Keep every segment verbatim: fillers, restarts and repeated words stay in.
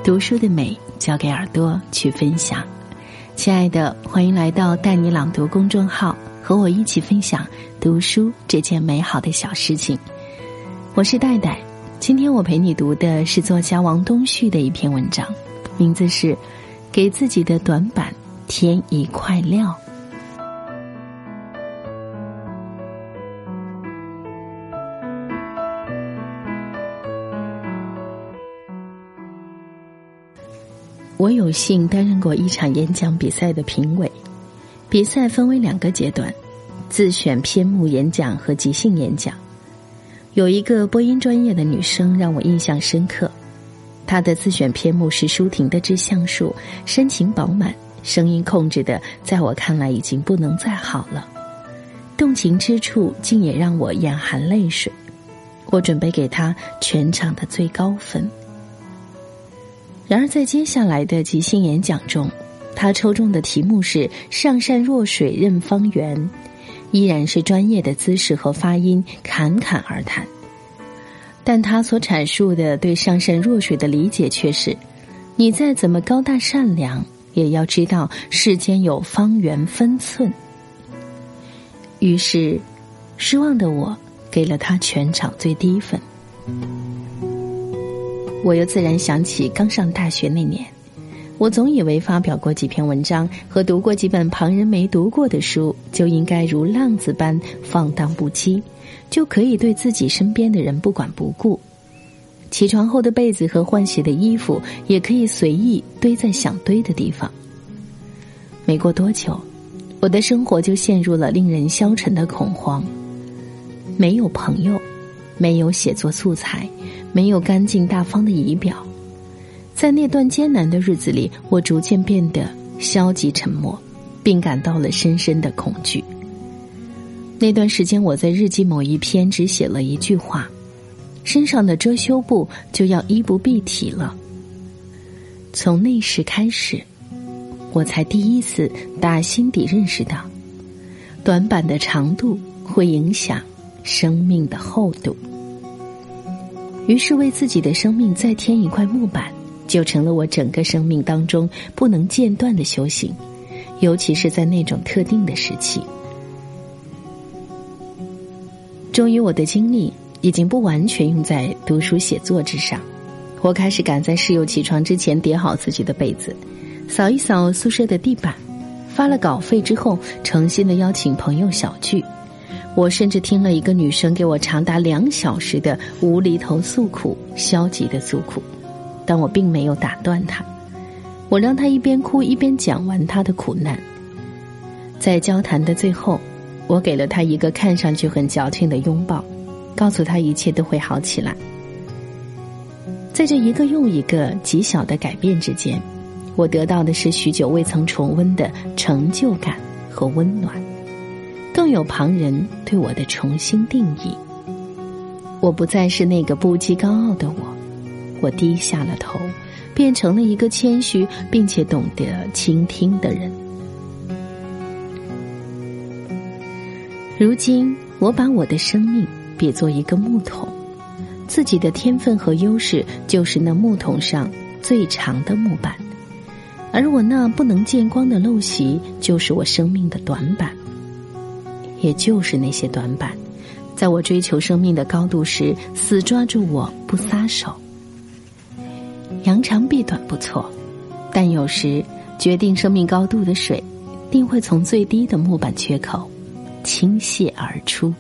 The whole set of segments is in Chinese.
读书的美交给耳朵去分享。亲爱的，欢迎来到带你朗读公众号，和我一起分享读书这件美好的小事情。我是戴戴，今天我陪你读的是作家王东旭的一篇文章，名字是给自己的短板添一块料。我有幸担任过一场演讲比赛的评委，比赛分为两个阶段，自选篇目演讲和即兴演讲。有一个播音专业的女生让我印象深刻，她的自选篇目是舒婷的《致橡树》，深情饱满，声音控制的在我看来已经不能再好了，动情之处竟也让我眼含泪水。我准备给她全场的最高分。然而在接下来的即兴演讲中，他抽中的题目是上善若水任方圆，依然是专业的姿势和发音，侃侃而谈。但他所阐述的对上善若水的理解却是，你再怎么高大善良，也要知道世间有方圆分寸。于是失望的我给了他全场最低分。我又自然想起刚上大学那年，我总以为发表过几篇文章和读过几本旁人没读过的书，就应该如浪子般放荡不羁，就可以对自己身边的人不管不顾。起床后的被子和换洗的衣服也可以随意堆在想堆的地方。没过多久，我的生活就陷入了令人消沉的恐慌。没有朋友，没有写作素材，没有干净大方的仪表。在那段艰难的日子里，我逐渐变得消极沉默，并感到了深深的恐惧。那段时间，我在日记某一篇只写了一句话，身上的遮羞布就要衣不蔽体了。从那时开始，我才第一次打心底认识到，短板的长度会影响生命的厚度。于是为自己的生命再添一块木板，就成了我整个生命当中不能间断的修行，尤其是在那种特定的时期。终于我的精力已经不完全用在读书写作之上，我开始赶在室友起床之前叠好自己的被子，扫一扫宿舍的地板，发了稿费之后诚心的邀请朋友小聚。我甚至听了一个女生给我长达两小时的无厘头诉苦，消极的诉苦，但我并没有打断她，我让她一边哭一边讲完她的苦难。在交谈的最后，我给了她一个看上去很矫情的拥抱，告诉她一切都会好起来。在这一个又一个极小的改变之间，我得到的是许久未曾重温的成就感和温暖，更有旁人对我的重新定义。我不再是那个不羁高傲的我，我低下了头，变成了一个谦虚并且懂得倾听的人。如今我把我的生命比作一个木桶，自己的天分和优势就是那木桶上最长的木板，而我那不能见光的陋习就是我生命的短板。也就是那些短板，在我追求生命的高度时死抓住我不撒手。扬长避短不错，但有时决定生命高度的水定会从最低的木板缺口倾泻而出。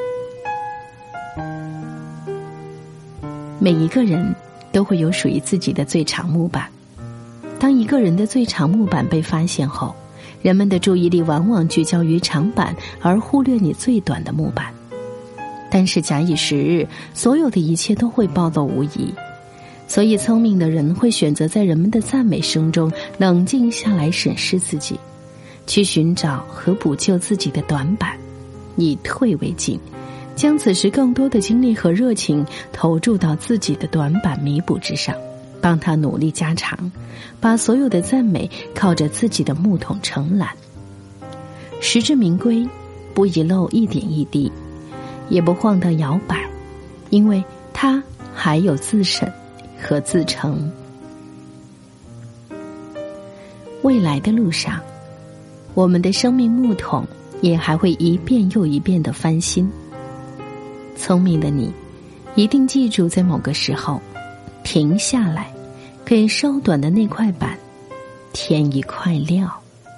每一个人都会有属于自己的最长木板，当一个人的最长木板被发现后，人们的注意力往往聚焦于长板，而忽略你最短的木板。但是假以时日，所有的一切都会暴露无遗。所以聪明的人会选择在人们的赞美声中冷静下来审视自己，去寻找和补救自己的短板，以退为进，将此时更多的精力和热情投注到自己的短板弥补之上，帮他努力加长，把所有的赞美靠着自己的木桶承揽。实至名归，不遗漏一点一滴，也不晃荡摇摆，因为他还有自审和自成。 未来的路上，我们的生命木桶也还会一遍又一遍地翻新。聪明的你，一定记住在某个时候停下来，给烧短的那块板添一块料。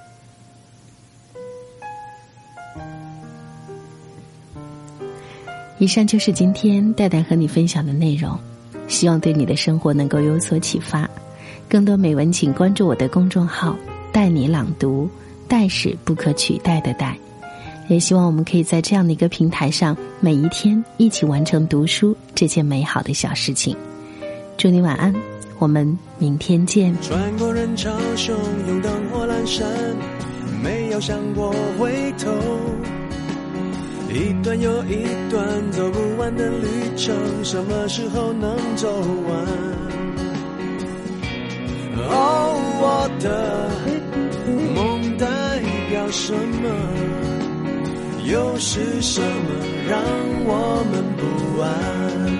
以上就是今天戴戴和你分享的内容，希望对你的生活能够有所启发。更多美文请关注我的公众号带你朗读，带是不可取代的带。也希望我们可以在这样的一个平台上，每一天一起完成读书这件美好的小事情。祝你晚安，我们明天见。 穿过人潮汹涌，灯火阑珊，没有想过回头，一段又一段走不完的旅程，什么时候能走完？哦，我的梦代表什么？又是什么让我们不安？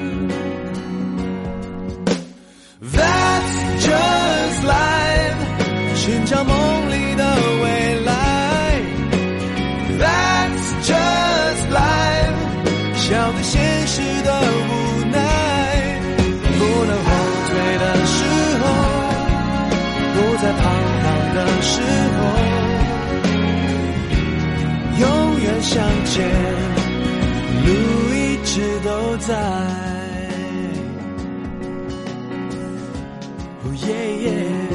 That's just life， 寻找梦里的未来。 That's just life， 笑对现实的无奈。不能后退的时候，不再彷徨的时候，永远向前，路一直都在。Oh yeah yeah，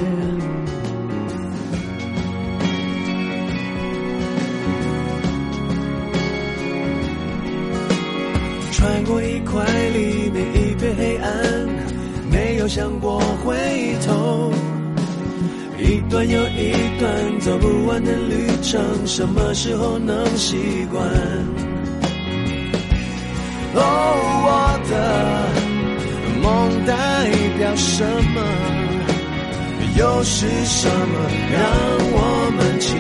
穿过一块黎明，一片黑暗，没有想过回头。一段又一段走不完的旅程，什么时候能习惯？哦，我的梦代表什么？又是什么让我们期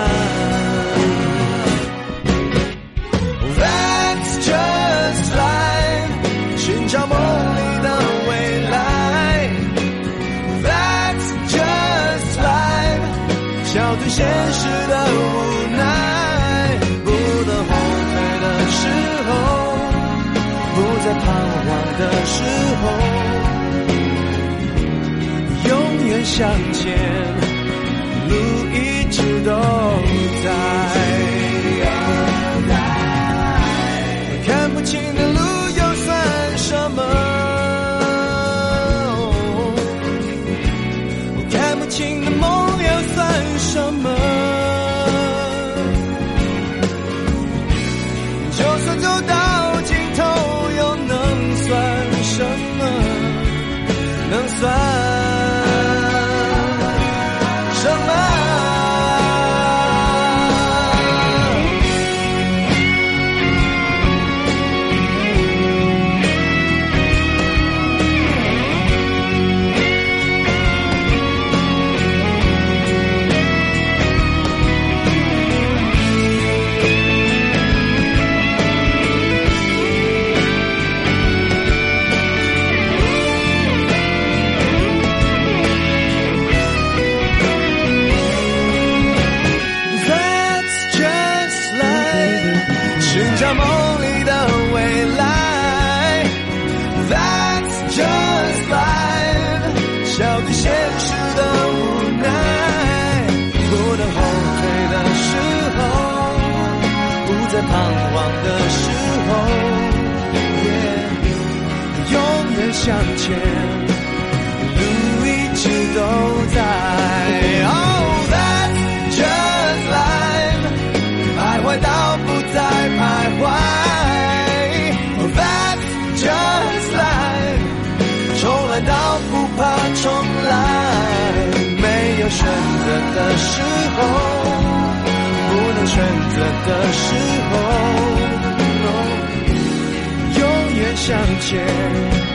盼？ That's just life， 寻找梦里的未来。 That's just life， 笑对现实的无奈。不能后退的时候，不再彷徨的时候，永远向前，路一直都在。看不清的路又算什么？看不清的梦又算什么？就算走到尽头，又能算什么？能算寻找梦里的未来。 That's just life， 笑对现实的无奈。不能后退的时候，不再彷徨的时候， yeah， 永远向前，路一直都在。 Oh that's just life， 徘徊到不再徘徊。 Oh, that's just life， 重来到不怕重来。没有选择的时候，不能选择的时候， no， 永远向前。